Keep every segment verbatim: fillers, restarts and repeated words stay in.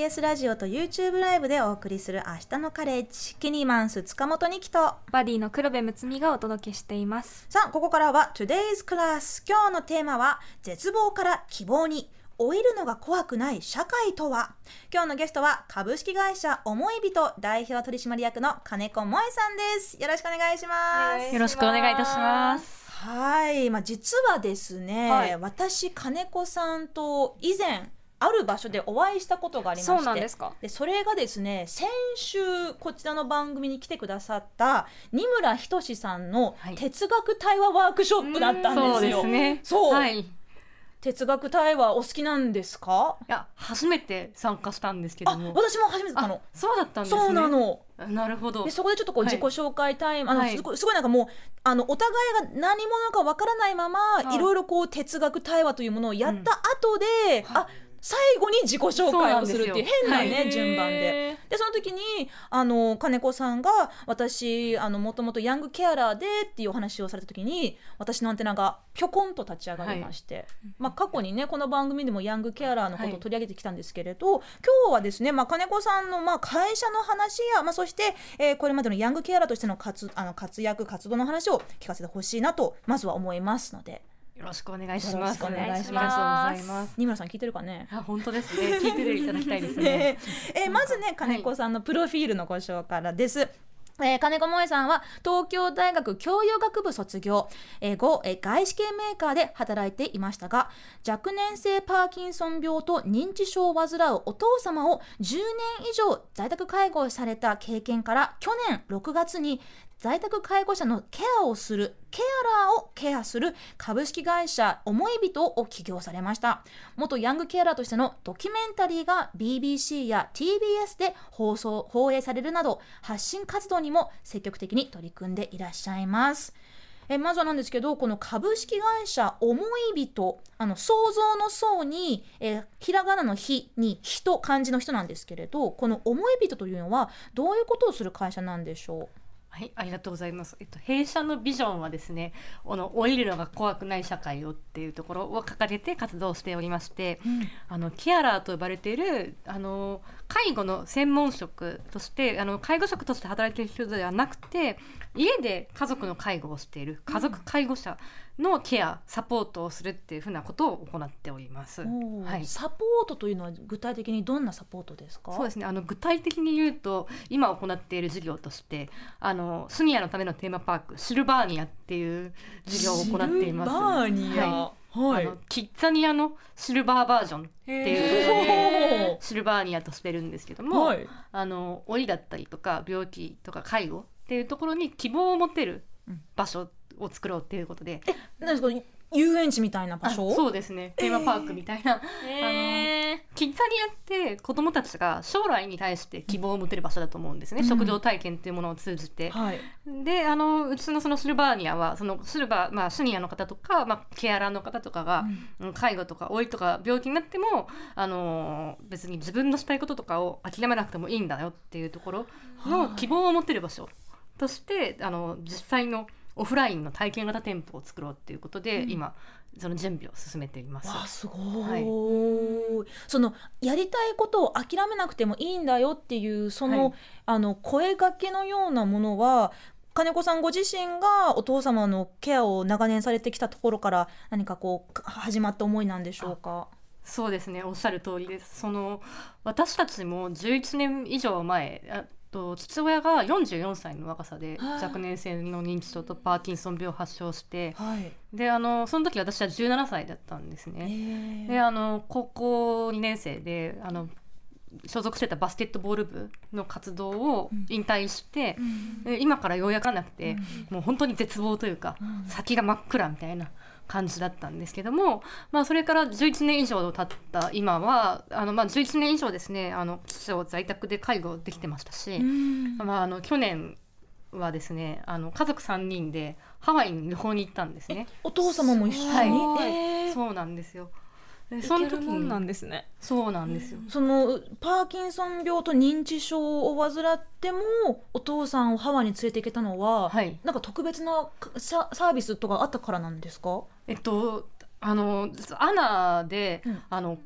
エス ラジオと YouTube ライブでお送りする明日のカレッジ、キニマンス塚本二希とバディの黒部睦美がお届けしています。 さあ、ここからは Today's Class。 今日のテーマは絶望から希望に、老いるのが怖くない社会とは。今日のゲストは株式会社思い人代表取締役の金子萌さんです。よろしくお願いします。 よろしくお願いいたします。 はい、まあ、実はですね、はい、私金子さんと以前ある場所でお会いしたことがありまして、 そうなんですか。 でそれがですね、先週こちらの番組に来てくださった二村仁さんの哲学対話ワークショップだったんですよ。 そうですね。 そう、 はい、 哲学対話お好きなんですか？ いや、初めて参加したんですけども。 あ、私も初めてだったの。 そうだったんですね。 そうなの。 なるほど。 でそこでちょっとこう自己紹介タイム、はい、あのすごい、すごいなんかもうあのお互いが何者かわからないまま、はい、いろいろこう哲学対話というものをやった後で、うん、あ、最後に自己紹介をするっていう変なね、はい、順番ででその時にあの金子さんが私あのもともとヤングケアラーでっていうお話をされた時に、私のアンテナがぴょこんと立ち上がりまして、はい、まあ、過去にねこの番組でもヤングケアラーのことを取り上げてきたんですけれど、はい、今日はですね、まあ、金子さんのまあ会社の話や、まあ、そして、えー、これまでのヤングケアラーとしての 活, あの活躍活動の話を聞かせてほしいなとまずは思いますので、 よろしくお願いします。 よろしくお願いします。 ありがとうございます。 二村さん聞いてるかね？ あ、本当ですね。聞いていただきたいですね。 ねえー、まずね、金子さんのプロフィールのご紹介からです。えー、金子萌さんは東京大学教養学部卒業、えー、後、えー、外資系メーカーで働いていましたが、若年性パーキンソン病と認知症を患うお父様をじゅうねん以上在宅介護された経験から、去年ろくがつに在宅介護者のケアをするケアラーをケアする株式会社思い人を起業されました。元ヤングケアラーとしてのドキュメンタリーが ビービーシー や ティービーエス で放送放映されるなど、発信活動にも積極的に取り組んでいらっしゃいます。えまずはなんですけど、この株式会社思い人、あの創造の創に、えひらがなのひに人、漢字の人なんですけれど、この思い人というのはどういうことをする会社なんでしょう？ はい、ありがとうございます。えっと、弊社のビジョンはですね、この老いるのが怖くない社会をっていうところを掲げて活動しておりまして、うん、あのケアラーと呼ばれているあの介護の専門職としてあの介護職として働いている人ではなくて、家で家族の介護をしている家族介護者のケア、サポートをするっていうふうなことを行っております。 はい、サポートというのは具体的にどんなサポートですか？ そうですね、あの具体的に言うと、今行っている事業としてあのシニアのためのテーマパークシルバーニアっていう事業を行っています。 シルバーニア、 はいはい、あのキッザニアのシルバーバージョンっていうことでシルバーニアとしてるんですけども、はい、あの老いだったりとか病気とか介護っていうところに希望を持てる場所を作ろうっていうことで、 え、何ですか、遊園地みたいな場所？ そうですね、テーマパークみたいな、えー、あのキッザニアって子どもたちが将来に対して希望を持てる場所だと思うんですね、うん、食堂体験っていうものを通じて、はい、であのうちのそのシルバーニアはそのシルバー、まあ、シニアの方とか、まあ、ケアラーの方とかが、うん、介護とか老いとか病気になってもあの別に自分のしたいこととかを諦めなくてもいいんだよっていうところの希望を持てる場所として、あの実際のオフラインの体験型店舗を作ろうということで、うん、今その準備を進めています。 わあ、すごい、はい、そのやりたいことを諦めなくてもいいんだよっていうその、はい、あの声掛けのようなものは金子さんご自身がお父様のケアを長年されてきたところから何かこう始まった思いなんでしょうか？ そうですね、おっしゃる通りです。その私たちもじゅういちねん以上前と父親がよんじゅうよんさいの若さで若年性の認知症とパーキンソン病を発症して、はい、であのその時私はじゅうななさいだったんですね。であの高校にねん生であの所属してたバスケットボール部の活動を引退して、うん、で今からようやくなくて、うん、もう本当に絶望というか、うん、先が真っ暗みたいな感じだったんですけども、まあ、それからじゅういちねん以上経った今はあの、まあ、じゅういちねん以上ですね、あの父を在宅で介護できてましたし、うん、まあ、あの去年はですね、あの家族さんにんでハワイに旅行に行ったんですね。 お父様も一緒に？ はい、えー、そうなんですよ。 でその時になんですね。 そうなんですよ。 そのパーキンソン病と認知症を患ってもお父さんをハワイに連れて行けたのは、はい、なんか特別なサービスとかあったからなんですか？ えっとあのアナで、うん、あの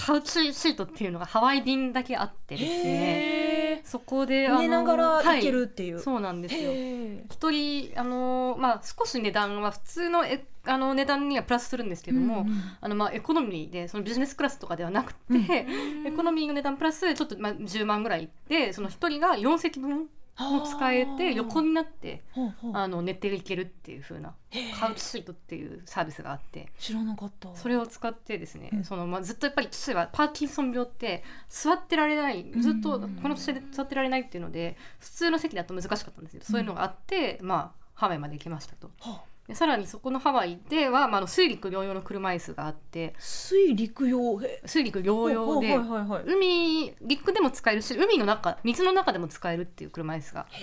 カウチシートっていうのがハワイ便だけあってですね、そこで寝ながら行けるっていう、 はい、そうなんですよ。一人あの、まあ、少し値段は普通のえあの値段にはプラスするんですけども、うんうん、あのまあエコノミーでそのビジネスクラスとかではなくて、うん、エコノミーの値段プラスちょっとまあじゅうまんぐらいでその一人がよん席分も使えて横になってあの寝ていけるっていう風なカウチシートっていうサービスがあって、 知らなかった。 それを使ってですね、うん、そのまあ、ずっとやっぱり父はパーキンソン病って座ってられない、ずっとこの姿勢で座ってられないっていうので普通の席だと難しかったんですけど、そういうのがあって、まあ、ハワイまで行きましたと。はあ、でさらにそこのハワイでは、まあ、あの水陸両用の車椅子があって、 水陸用水陸両用で、はいはいはい、海陸でも使えるし海の中水の中でも使えるっていう車椅子があって、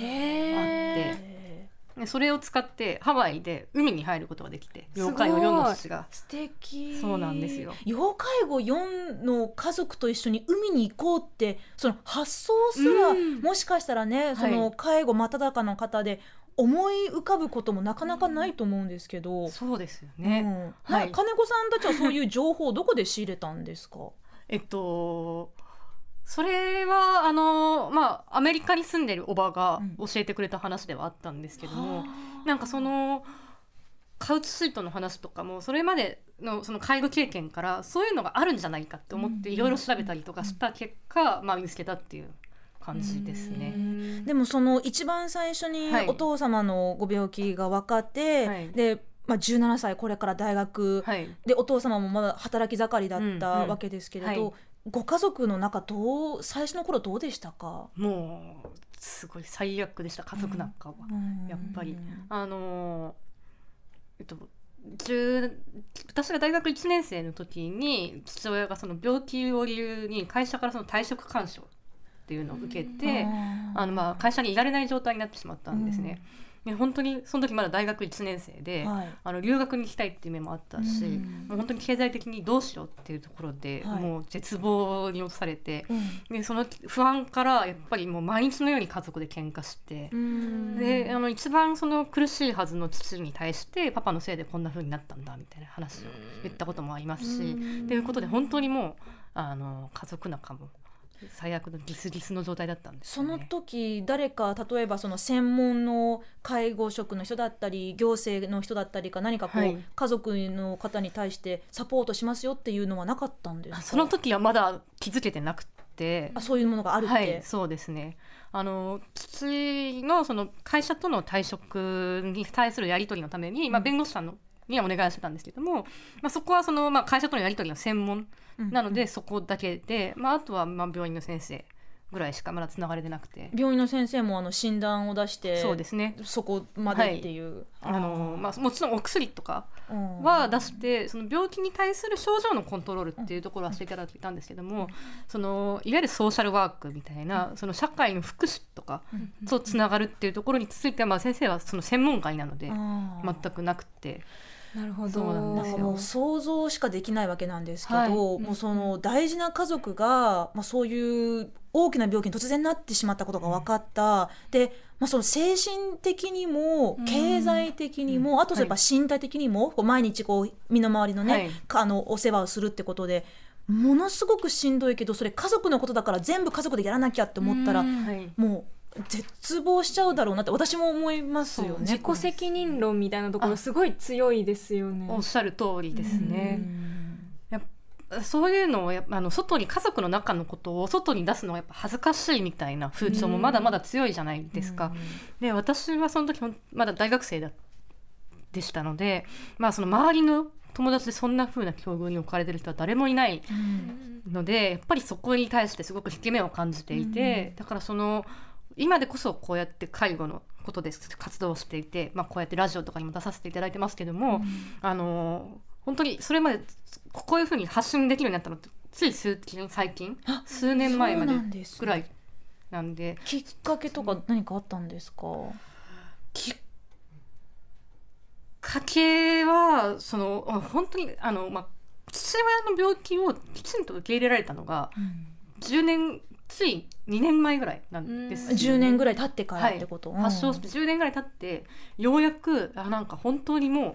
でそれを使ってハワイで海に入ることができて、妖怪をよんの父が素敵。 そうなんですよ。 妖怪語よんの家族と一緒に海に行こうってその発想すら、うん、もしかしたらね、その介護真っ只中の方で思い浮かぶこともなかなかないと思うんですけど、 うん、そうですよね、 うん、はい、金子さんたちはそういう情報をどこで仕入れたんですか？ えっとそれはあの、まあ、アメリカに住んでるおばが教えてくれた話ではあったんですけども、うん、なんかそのカウチシートの話とかもそれまで の, その介護経験からそういうのがあるんじゃないかって思っていろいろ調べたりとかした結果、まあ、見つけたっていう感じですね。 でもその一番最初にお父様のご病気が分かって、はい、でまあ、じゅうななさいこれから大学、はい、でお父様もまだ働き盛りだったわけですけれど、うんうんはい、ご家族の中どう最初の頃どうでしたか？ もうすごい最悪でした、家族仲は、うん、やっぱりあのえっと私が大学いちねん生の時に父親がその病気を理由に会社からその退職勧奨っていうのを受けて、あのまあ会社にいられない状態になってしまったんですね、うん、で本当にその時まだ大学いちねん生で、はい、あの留学に行きたいっていう夢もあったし、うん、もう本当に経済的にどうしようっていうところで、はい、もう絶望に落とされて、うん、でその不安からやっぱりもう毎日のように家族で喧嘩して、うん、であの一番その苦しいはずの父に対してパパのせいでこんな風になったんだみたいな話を言ったこともありますし、うん、ということで本当にもうあの家族仲も最悪のギスギスの状態だったんですよね。 その時誰か例えばその専門の介護職の人だったり行政の人だったりか何かこう、はい、家族の方に対してサポートしますよっていうのはなかったんですか？ その時はまだ気づけてなくて、 あそういうものがあるって、 はい、そうですね。あの父 の, その会社との退職に対するやり取りのために、まあ、弁護士さんのにはお願いしてたんですけども、まあ、そこはその、まあ、会社とのやり取りの専門なので、うんうん、そこだけで、まあ、あとはまあ病院の先生ぐらいしかまだつながれてなくて、 病院の先生もあの診断を出してそうですね、 そこまでっていう、はい、 あのまあ、もちろんお薬とかは出して、その病気に対する症状のコントロールっていうところはしていただいたんですけども、そのいわゆるソーシャルワークみたいなその社会の福祉とかとつながるっていうところについては、まあ、先生はその専門外なので全くなくて、 なるほど。そうなんですよ。もう想像しかできないわけなんですけど、はい、もうその大事な家族が、まあ、そういう大きな病気に突然なってしまったことが分かった、うん、で、まあ、その精神的にも経済的にも、うん、あとやっぱ身体的にも、はい、こう毎日こう身の回りのね、はい、あのお世話をするってことでものすごくしんどいけど、それ家族のことだから全部家族でやらなきゃって思ったら、うん、はい、もう絶望しちゃうだろうなって私も思いますよね。 自己責任論みたいなところすごい強いですよね。 おっしゃる通りですね。やっぱそういうのをやっぱあの外に家族の中のことを外に出すのはやっぱ恥ずかしいみたいな風潮もまだまだ強いじゃないですか。で私はその時まだ大学生だでしたので、まあ、その周りの友達でそんな風な境遇に置かれてる人は誰もいないので、やっぱりそこに対してすごく引け目を感じていて、だからその今でこそこうやって介護のことで活動をしていて、まあ、こうやってラジオとかにも出させていただいてますけども、うん、あの本当にそれまでこういうふうに発信できるようになったのってつい数最近数年前までぐらいなんで、 きっかけとか何かあったんですか？ きっかけはその本当にあの、まあ、父親の病気をきちんと受け入れられたのが、うん、じゅうねんついにねんまえぐらいなんです、ね、 じゅうねんぐらい経ってからってこと、 はい、発症してじゅうねんぐらい経ってようやくあなんか本当にもう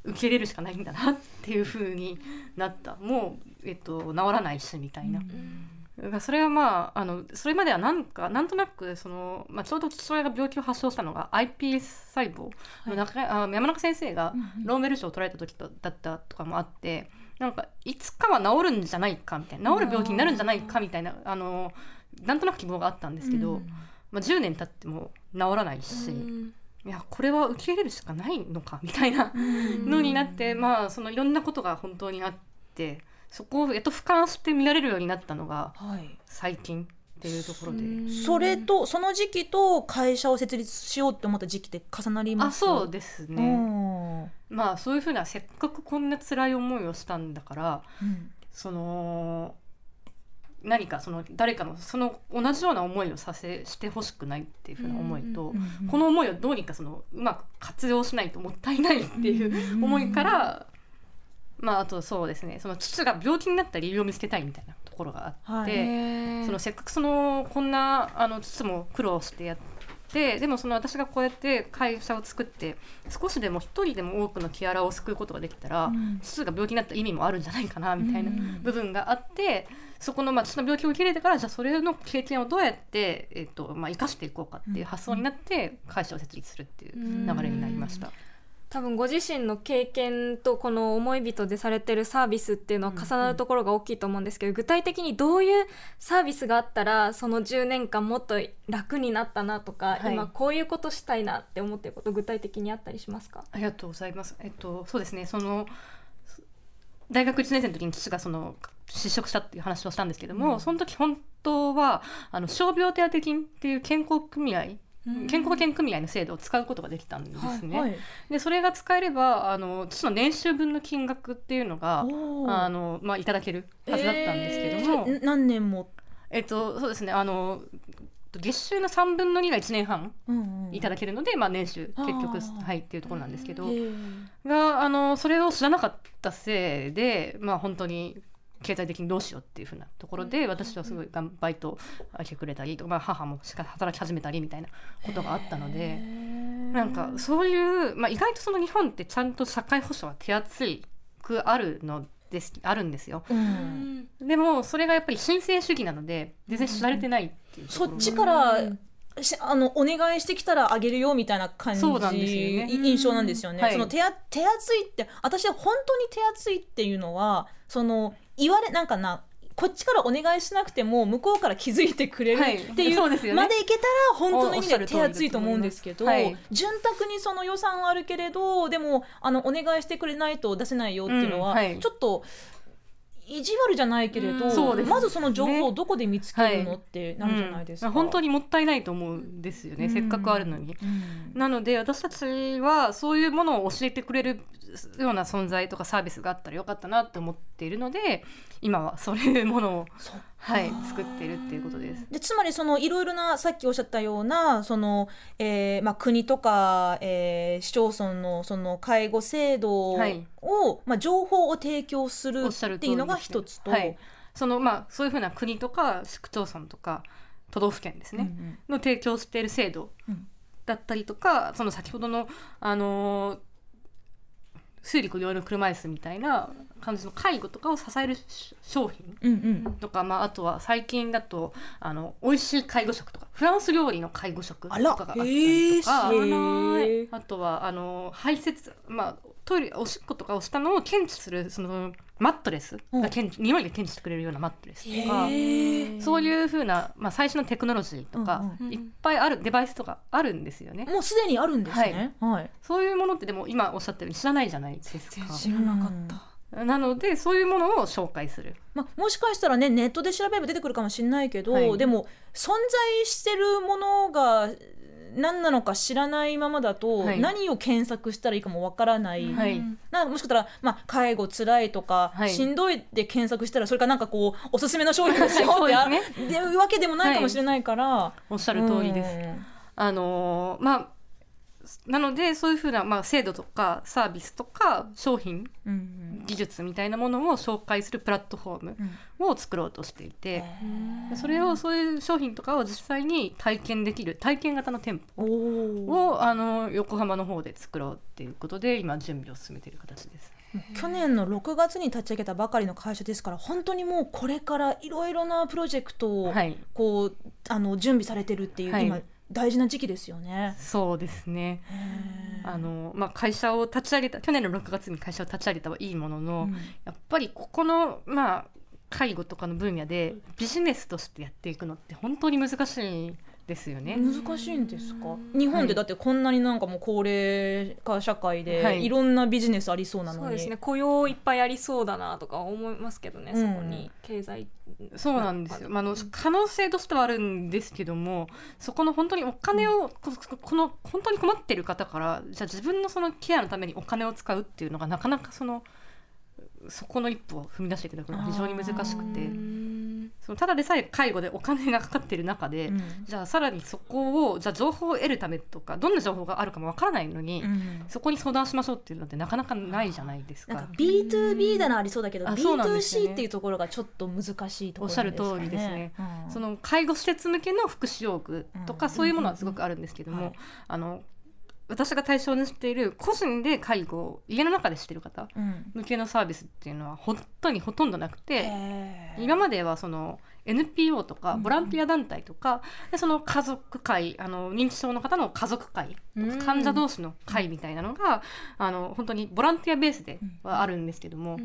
受け入れるしかないんだなっていう風になった。もう、えっと、治らないしみたいな、だからそれはまあ、あのそれまではなんかなんとなくその、まあ、ちょうど父親が病気を発症したのが アイピーエス 細胞の中、はい、あ山中先生がローメル賞を取られた時だったとかもあって、なんかいつかは治るんじゃないかみたいな、治る病気になるんじゃないかみたいな、あのなんとなく希望があったんですけど、まあ、じゅうねん経っても治らないし、いやこれは受け入れるしかないのかみたいなのになって、まあそのいろんなことが本当にあって、そこをやっと俯瞰して見られるようになったのが最近っていうところで、はい、 それとその時期と会社を設立しようって思った時期って重なります？ あ、そうですね。まあそういうふうな、せっかくこんな辛い思いをしたんだから、うん、その何かその誰かのその同じような思いをさせしてほしくないっていうふうな思いと、うんうんうん、この思いをどうにかそのうまく活用しないともったいないっていう思いから、まあ、あとそうですね、その父が病気になった理由を見つけたいみたいなところがあって、はい、そのせっかくそのこんなあの父も苦労してやってでもその私がこうやって会社を作って少しでも一人でも多くのキアラを救うことができたら、うん、父が病気になった意味もあるんじゃないかなみたいな部分があって、うん、そこの、まあ、父の病気を受け入れてから、じゃあそれの経験をどうやって、えーとまあ、生かしていこうかっていう発想になって会社を設立するっていう流れになりました。うん、 多分ご自身の経験とこの思い人でされてるサービスっていうのは重なるところが大きいと思うんですけど、うんうん、具体的にどういうサービスがあったらそのじゅうねんかんもっと楽になったなとか、はい、今こういうことしたいなって思ってること具体的にあったりしますか？ ありがとうございます。えっと、そうですね、その大学いちねん生の時に父がその失職したっていう話をしたんですけども、うん、その時本当はあの傷病手当金っていう健康組合健康保険組合の制度を使うことができたんですね、はいはい、でそれが使えればあの父の年収分の金額っていうのがあの、まあ、いただけるはずだったんですけども、 えー、何年も、 えっと、そうですね、あの月収のさんぶんのにがいちねんはんいただけるので、うんうん、まあ、年収結局はいっていうところなんですけど、があのそれを知らなかったせいで、まあ、本当に経済的にどうしようっていう風なところで、私はすごいバイトしてくれたりとか、まあ、母も働き始めたりみたいなことがあったので、なんかそういう、まあ、意外とその日本ってちゃんと社会保障は手厚くあるのですあるんですよ、うん、でもそれがやっぱり申請主義なので全然知られてないっていうところ、 そっちからあのお願いしてきたらあげるよみたいな感じ、 そうなんですよね、 印象なんですよね、はい、その 手, 手厚いって、私は本当に手厚いっていうのはその言われなんかなこっちからお願いしなくても向こうから気づいてくれるっていう、はい、うね、までいけたら本当の意味で手厚いと思うんですけど、はい、潤沢にその予算はあるけれどでもあのお願いしてくれないと出せないよっていうのは、うん、はい、ちょっと意地悪じゃないけれど、ね、まずその情報をどこで見つけるの、はい、ってなるじゃないですか、 うん、本当にもったいないと思うんですよね、うん、せっかくあるのに、うん、なので私たちはそういうものを教えてくれるような存在とかサービスがあったらよかったなって思っているので、今はそういうものを、はい、作っているっていうことです。 でつまりそのいろいろなさっきおっしゃったようなその、えーまあ、国とか、えー、市町村のその介護制度を、はい、まあ、情報を提供するっていうのが一つと、 はい、そのまあ、そういうふうな国とか市区町村とか都道府県ですね、うんうん、の提供している制度だったりとか、うん、その先ほどの、あのー水陸両用の車椅子みたいな感じの介護とかを支える商品とか、うんうん、まあ、あとは最近だとあの美味しい介護食とかフランス料理の介護食とかがあったりとか、あとはあの排泄、まあ、トイレおしっことかをしたのを検知するそのマットレスが検知、匂いで検知してくれるようなマットレスとか、そういう風な、まあ、最新のテクノロジーとか、うんうん、いっぱいあるデバイスとかあるんですよね。 もうすでにあるんですね、はいはい、 そういうものってでも今おっしゃったように知らないじゃないですか。 知らなかった、 なのでそういうものを紹介する、 まあ、もしかしたらねネットで調べれば出てくるかもしれないけど、はい、でも存在してるものが何なのか知らないままだと、はい、何を検索したらいいかもわからない、はい、なもしかしたら、まあ、介護つらいとか、はい、しんどいで検索したらそれかなんかこうおすすめの商品ですよって、ね、っていうわけでもないかもしれないから、はい、 おっしゃる通りです。あのー、まあなのでそういうふうな、まあ、制度とかサービスとか商品、 うんうん技術みたいなものを紹介するプラットフォームを作ろうとしていて、それをそういう商品とかを実際に体験できる体験型の店舗をあの横浜の方で作ろうっていうことで今準備を進めている形です。 去年のろくがつに立ち上げたばかりの会社ですから、本当にもうこれからいろいろなプロジェクトをこう、はい、あの準備されてるっていう、はい、今大事な時期ですよね。 そうですね。あの、まあ、会社を立ち上げた去年のろくがつに会社を立ち上げたはいいものの、うん、やっぱりここの、まあ、介護とかの分野でビジネスとしてやっていくのって本当に難しいですよね。 難しいんですか？日本でだってこんなになんかもう高齢化社会で、はい、いろんなビジネスありそうなのに、 そうですね、雇用いっぱいありそうだなとか思いますけどね、うん、そこに経済そうなんですよ、まあ、あの可能性としてはあるんですけども、そこの本当にお金を、うん、こ, この本当に困ってる方からじゃあ自分のそのケアのためにお金を使うっていうのがなかなかそのそこの一歩を踏み出していただくのが非常に難しくて、そのただでさえ介護でお金がかかっている中で、うん、じゃあさらにそこをじゃあ情報を得るためとかどんな情報があるかもわからないのに、うん、そこに相談しましょうっていうのってなかなかないじゃないですか。 なんか ビーツービー ならありそうだけど ビーツーシー っていうところがちょっと難しいところですかね。 おっしゃる通りですね、うん、その介護施設向けの福祉用具とかそういうものはすごくあるんですけども、あの私が対象にしている個人で介護を家の中でしている方向けのサービスっていうのは本当にほとんどなくて、うん、今まではその エヌピーオー とかボランティア団体とか、うん、でその家族会、あの認知症の方の家族会とか患者同士の会みたいなのが、うん、あの本当にボランティアベースではあるんですけども、うん、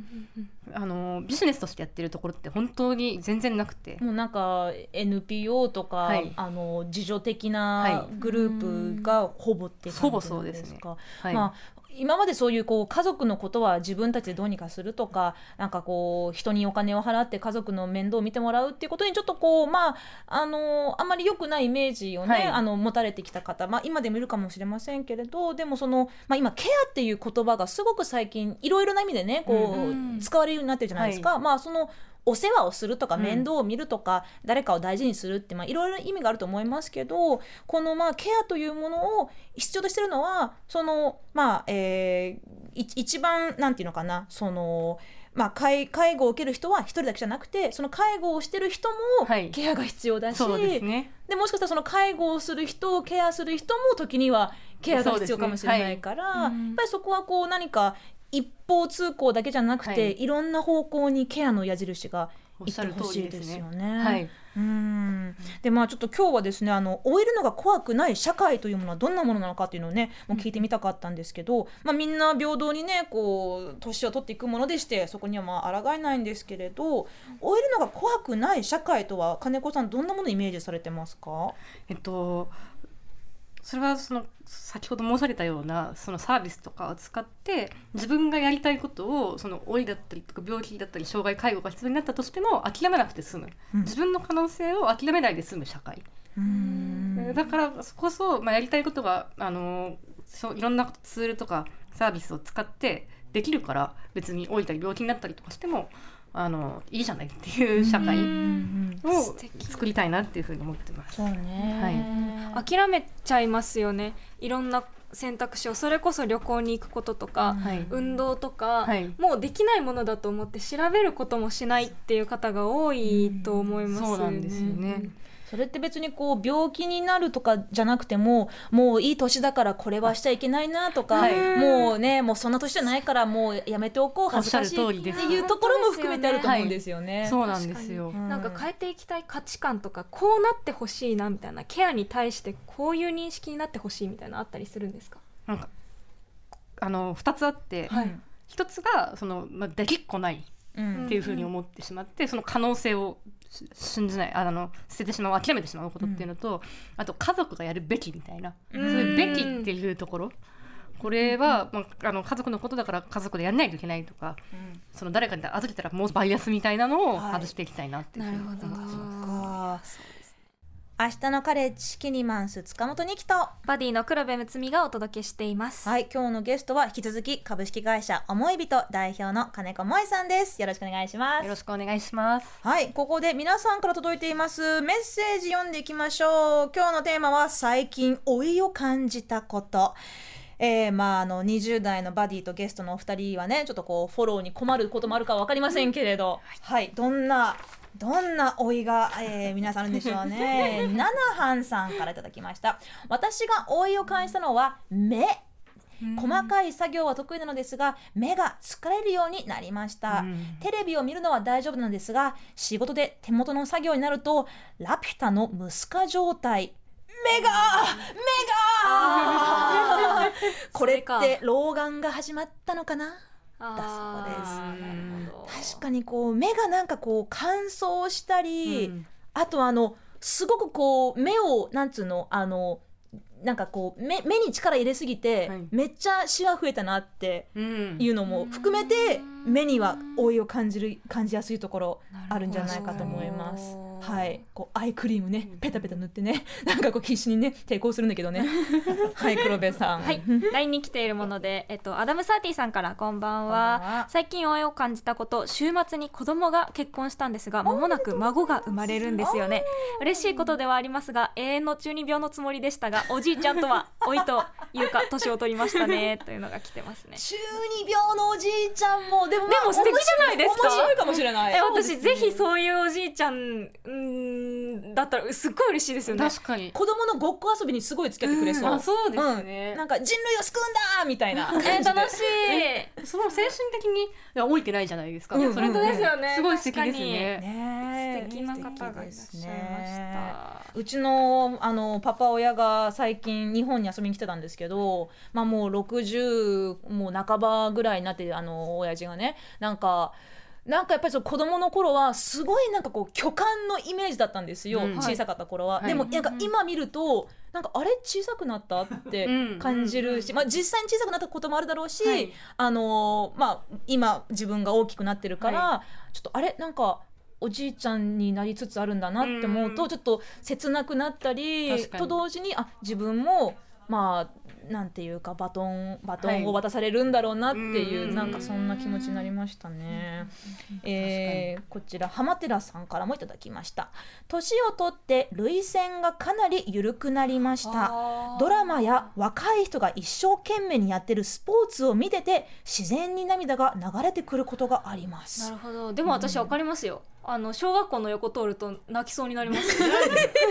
あのビジネスとしてやってるところって本当に全然なくて、 もうなんか エヌピーオー とか、はい、あの自助的なグループがほぼって感じなんですか？ほぼそうですね、はい、まあ今までそういうこう家族のことは自分たちでどうにかするとか、なんかこう人にお金を払って家族の面倒を見てもらうっていうことにちょっとこう、まああのあんまり良くないイメージをね、はい、あの持たれてきた方、まあ、今でもいるかもしれませんけれど、でもその、まあ、今ケアっていう言葉がすごく最近いろいろな意味でねこう、うん、使われるようになってるじゃないですか、はい、まあそのお世話をするとか面倒を見るとか、うん、誰かを大事にするっていろいろ意味があると思いますけど、このまあケアというものを必要としてるのはそのまあ、えー、一番なんていうのかな、そのまあ、介, 介護を受ける人は一人だけじゃなくて、その介護をしてる人もケアが必要だし、はい、そうですね、でもしかしたらその介護をする人をケアする人も時にはケアが必要かもしれないから、ね、はい、やっぱりそこはこう何か一方通行だけじゃなくて、はい、いろんな方向にケアの矢印がいってほしいですよね。はい、うん、でまあちょっと今日はですね、あの老いるのが怖くない社会というものはどんなものなのかっていうのをねもう聞いてみたかったんですけど、まあ、みんな平等にねこう年を取っていくものでして、そこにはまあ抗えないんですけれど、老いるのが怖くない社会とは金子さんどんなものをイメージされてますか？ えっとそれはその先ほど申されたようなそのサービスとかを使って自分がやりたいことをその老いだったりとか病気だったり障害介護が必要になったとしても諦めなくて済む、うん、自分の可能性を諦めないで済む社会、うーん、だからこそ、まあ、やりたいことがあのそういろんなツールとかサービスを使ってできるから、別に老いたり病気になったりとかしてもあのいいじゃないっていう社会を作りたいなっていうふうに思ってます。 そうね、 はい、諦めちゃいますよね。いろんな選択肢を、それこそ旅行に行くこととか、はい、運動とか、はい、もうできないものだと思って調べることもしないっていう方が多いと思います、ね、 そうなんですよね。 それって別にこう病気になるとかじゃなくても、もういい年だからこれはしちゃいけないなとか、はい、もうねもうそんな年じゃないからもうやめておこう、恥ずかしいっていうところも含めてあると思うんですよね。 そうなんですよ。 なんか変えていきたい価値観とか、こうなってほしいなみたいな、ケアに対してこういう認識になってほしいみたいなあったりするんですか？ なんかあのふたつあって、はい、ひとつがその、まあ、できっこないっていうふうに思ってしまって、うん、その可能性を信じない、あの捨ててしまう、諦めてしまうことっていうのと、うん、あと家族がやるべきみたいな、そういうべきっていうところ、これは、まあ、あの家族のことだから家族でやんないといけないとか、うん、その誰かに預けたらもうバイアスみたいなのを外していきたいなっていうふうに思ってます。 はい、 明日のカレッジキニマンス塚本二希と、 バディの黒部睦美がお届けしています。 はい、今日のゲストは引き続き株式会社思い人代表の金子萌さんです。よろしくお願いします。 よろしくお願いします。 はい、ここで皆さんから届いていますメッセージ読んでいきましょう。今日のテーマは最近老いを感じたこと。えー、まああのにじゅう代のバディとゲストのお二人はね、ちょっとこうフォローに困ることもあるかは分かりませんけれど、はい、どんなどんな老いが、えー、皆さんあるんでしょうね。ナナハンさんからいただきました。私が老いを感じたのは目。細かい作業は得意なのですが、目が疲れるようになりました。テレビを見るのは大丈夫なんですが、仕事で手元の作業になるとラピュタのムスカ状態。目が目がこれって老眼が始まったのかな、だそうです。確かにこう目がなんかこう乾燥したり、うん、あとあのすごくこう目をなんつうのあのなんかこう 目, 目に力入れすぎて、はい、めっちゃシワ増えたなっていうのも含めて、うん、目には老いを感じる感じやすいところあるんじゃないかと思います。はい、こうアイクリームねペタペタ塗ってね、なんかこう必死にね抵抗するんだけどね。はい、黒部さん。 はい、ライン に来ているもので、えっとアダムサーティさんからこんばんは。最近老いを感じたこと、週末に子供が結婚したんですが、間もなく孫が生まれるんですよね。嬉しいことではありますが、永遠の中二病のつもりでしたが、おじいちゃんとは老いというか年を取りましたねというのが来てますね。 中二病のおじいちゃんもでも、まあ、 でも素敵じゃないですか。 面白いかもしれない。 え、私ぜひそういうおじいちゃんんだったらすっごい嬉しいですよね。 確かに子供のごっこ遊びにすごい付き合ってくれそう。 あ、そうですね、 うん、なんか人類を救うんだみたいなえー、楽しい。 その精神的に老いてないじゃないですか、うん、 それとですよね。 すごい素敵ですね。 ね、素敵な方がいらっしゃいました。 うちのあのパパ親が最近日本に遊びに来てたんですけど、まあ、もうろくじゅうもう半ばぐらいになって、あの親父がね、なんかなんかやっぱりその子供の頃はすごいなんかこう巨漢のイメージだったんですよ、うん、小さかった頃は、はい、でもなんか今見るとなんかあれ小さくなったって感じるし、うん、まあ、実際に小さくなったこともあるだろうし、はい、あのーまあ、今自分が大きくなってるから、はい、ちょっとあれなんかおじいちゃんになりつつあるんだなって思うと、うん、ちょっと切なくなったりと同時に、あ、自分もまあなんていうかバトンバトンを渡されるんだろうなっていう、はい、なんかそんな気持ちになりましたね。えー、こちら浜寺さんからもいただきました。年を取って涙腺がかなり緩くなりました。ドラマや若い人が一生懸命にやってるスポーツを見てて自然に涙が流れてくることがあります。 なるほど。でも私わかりますよ、うん、あの小学校の横通ると泣きそうになりますね。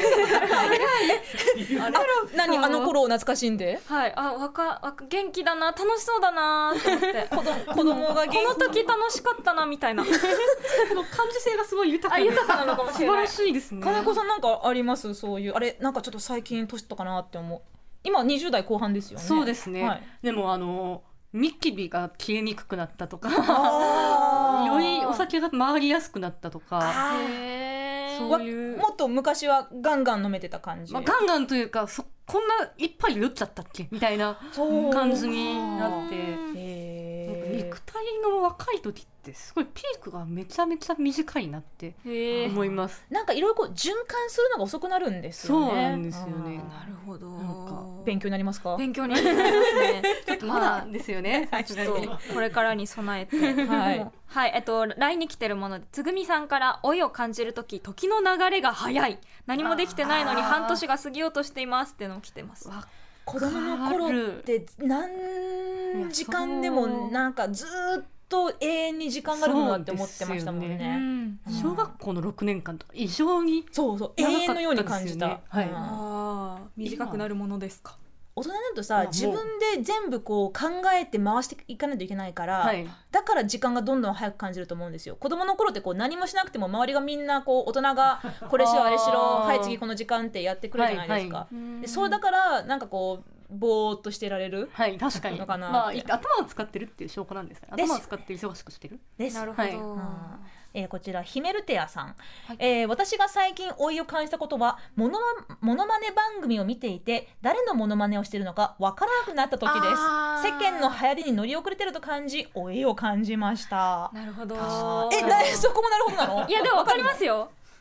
あ何あの頃を懐かしんで、 はい、あ、わかわか元気だな、楽しそうだなと思って子供子供が元気、 この時楽しかったなみたいな。感受性がすごい豊かな、あ、豊かなのかもしれない。 素晴らしいですね。 金子さんなんかあります？そういうあれなんかちょっと最近年取ったかなって思う。今にじゅう代後半ですよね。 そうですね、はい、でもあのニキビが消えにくくなったとか、よりお酒が回りやすくなったとか、 へそういうもっと昔はガンガン飲めてた感じ、 まあ、ガンガンというかそこんないっぱい酔っちゃったっけみたいな感じになって、へ肉体の若い時ってすごいピークがめちゃめちゃ短いなって思います。 なんかいろいろ循環するのが遅くなるんですよね。 そうなんですよね。 なるほど。 なんか勉強になりますか？ 勉強になりますね。 ちょっとまだですよね。 ちょっとこれからに備えて、はい、はい、えっと ライン に来てるもので、つぐみさんから老いを感じるとき、時の流れが早い、何もできてないのに半年が過ぎようとしていますっていうのも来てます。 子供の頃って何時間でもなんかずっと永遠に時間があるものだって思ってましたもんね。 ね、うん、小学校のろくねんかんとか異常にそうそう永遠のように感じた、 はい、あ、短くなるものですか。 大人になるとさ、自分で全部こう考えて回していかないといけないから、はい、だから時間がどんどん早く感じると思うんですよ。子供の頃ってこう何もしなくても周りがみんなこう大人がこれしろあれしろはい次この時間ってやってくれるじゃないですか、はいはい、でそうだからなんかこうぼーっとしてられる、 はい、確かにのかな、 まあ、頭を使ってるっていう証拠なんですかね。頭を使って忙しくしてるです。 なるほど、はい、 えー、こちらヒメルテアさん、はい、えー、私が最近老いを感じたことはモノマ、モノマネ番組を見ていて誰のモノマネをしているのかわからなくなった時です。世間の流行りに乗り遅れてると感じ老いを感じました。 なるほど。 えなそこもなるほどなの？ いやでもわかりますよ。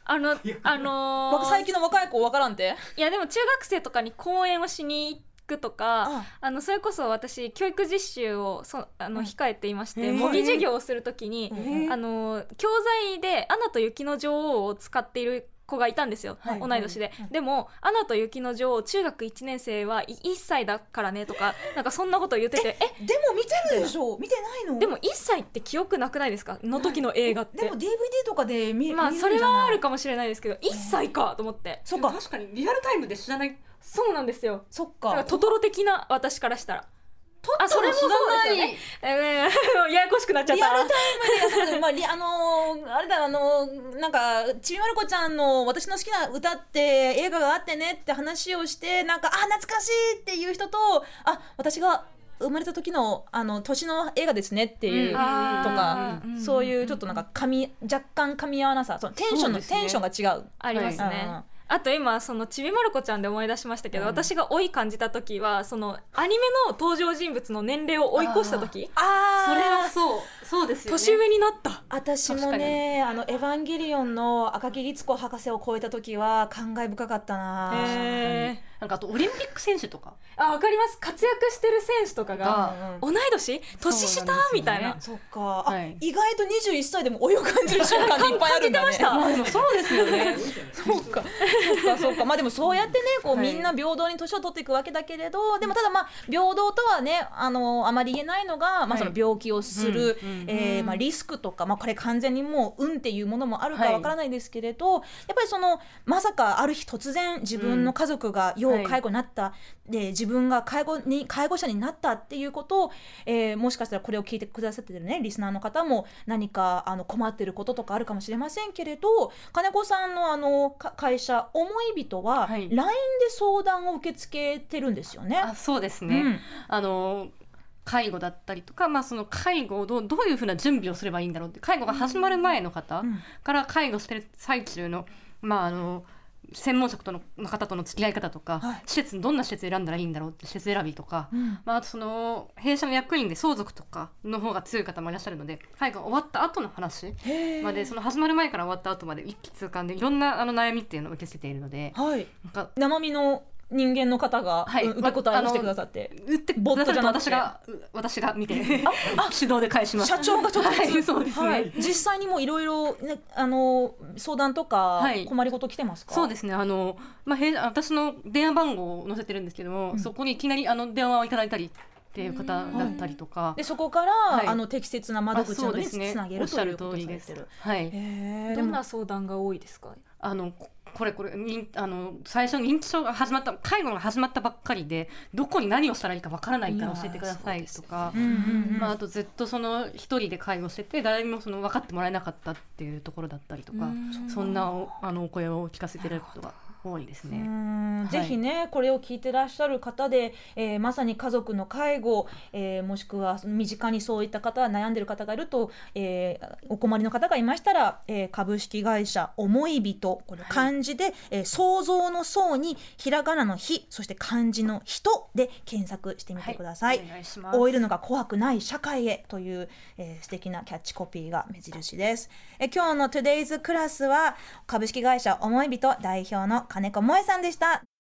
あのあのー、 最近の若い子分からんて。 いやでも中学生とかに講演をしに行くとか、 ああのそれこそ私教育実習をそあのうん控えていまして、 へー模擬授業をするときに、 うんあの教材で「アナと雪の女王」を使っている子がいたんですよ、 はい同い年で、 うんでも「アナと雪の女王」中学いちねん生はいいっさいだからねとかなんかそんなこと言っててえでも見てるでしょ。見てないの？ でもいっさいって記憶なくないですかの時の映画って、 でも ディーブイディー とかで見まあ見るんじゃないそれはあるかもしれないですけどいっさいかと思って、 そっかでも確かにリアルタイムで知らないそうなんですよ。 そっだからか。 トトロ的な私からしたらあそれもそうですよね、えーややこしくなっちゃったリアルタイムで、そうまあ、リあのーあれだあのーなんかちびまる子ちゃんの私の好きな歌って映画があってねって話をしてなんかあ懐かしいっていう人とあ私が生まれた時のあの年の映画ですねっていう、 うんとか、 あーそういうちょっとなんか噛み若干噛み合わなさそのテンションの、 そうですねテンションが違う。 ありますね、 うんあと今そのちびまる子ちゃんで思い出しましたけど、 うん私が老い感じた時はそのアニメの登場人物の年齢を追い越した時あーそれはそうそうですよね。 年上になった私もねあのエヴァンゲリオンの赤木律子博士を超えた時は感慨深かったな。 へーなんかあとオリンピック選手とかあわかります活躍してる選手とかががうん同い年年下そうなんですよねみたいなそっか、あ、 はい意外とにじゅういっさいでも老いを感じる瞬間っていっぱいあるんだね。 感じてましたまあでもそうですよね。 そうか、そうか、そうか、まあでもそうやってね、こう、 はいみんな平等に年を取っていくわけだけれど、でもただまあ平等とはね、あのあまり言えないのが、まあその病気をする、 うんうんえーまあリスクとか、まあこれ完全にもう運っていうものもあるかわからないですけれど、やっぱりそのまさかある日突然自分の家族が要介護になった、で自分が介護に介護者になったっていうことを、えーもしかしたらこれを聞いてくださってるねリスナーの方も何かあの困ってることとかあるかもしれませんけれど、金子さんのあのか会社思い人は ライン ではい相談を受け付けてるんですよね。 あそうですね。 うんあの介護だったりとか、まあ、その介護をどう、どういうふうな準備をすればいいんだろうって介護が始まる前の方うんから介護してる最中の、まあ、あの専門職とのの方との付き合い方とか、 はい施設どんな施設選んだらいいんだろうって施設選びとか、 うんまあ、あとその弊社の役員で相続とかの方が強い方もいらっしゃるので介護が終わった後の話へーまでその始まる前から終わった後まで一気通貫でいろんなあの悩みっていうのを受け付けているのではい、 なんか生身の人間の方が、 はいうん受け答えをしてくださって、 打ってボットじゃなくて私がう私が見て指導で返します社長がちょっと、 はいそうですね、 はい、実際にもういろいろねあの相談とか、 はい困りごと来てますか？ そうですねあの、まあ、へ私の電話番号を載せてるんですけども、 うんそこにいきなりあの電話をいただいたりっていう方だったりとか、 でそこから、 いあの適切な窓口などにつあそうですねなげるおっしゃるということを通りですされてる。 はいへーでもどんな相談が多いですか？ あのここれこれ認あの最初認知症が始まった介護が始まったばっかりでどこに何をしたらいいかわからないから教えてくださいとか、 うんうんうんまあ、あとずっとその一人で介護してて誰にもその分かってもらえなかったっていうところだったりとか、 うんそんなおあのお声を聞かせていただくことが多いですうね。 んはいぜひねこれを聞いてらっしゃる方で、えーまさに家族の介護、えーもしくは身近にそういった方悩んでる方がいると、えーお困りの方がいましたら、えー株式会社思い人これ漢字で、えー創造の創にひらがなのひそして漢字の人で検索してみてください。 お願いします。 老いるのが怖くない社会へという、えー素敵なキャッチコピーが目印です。えー今日の Today's クラスは株式会社思い人代表の金子萌さんでした。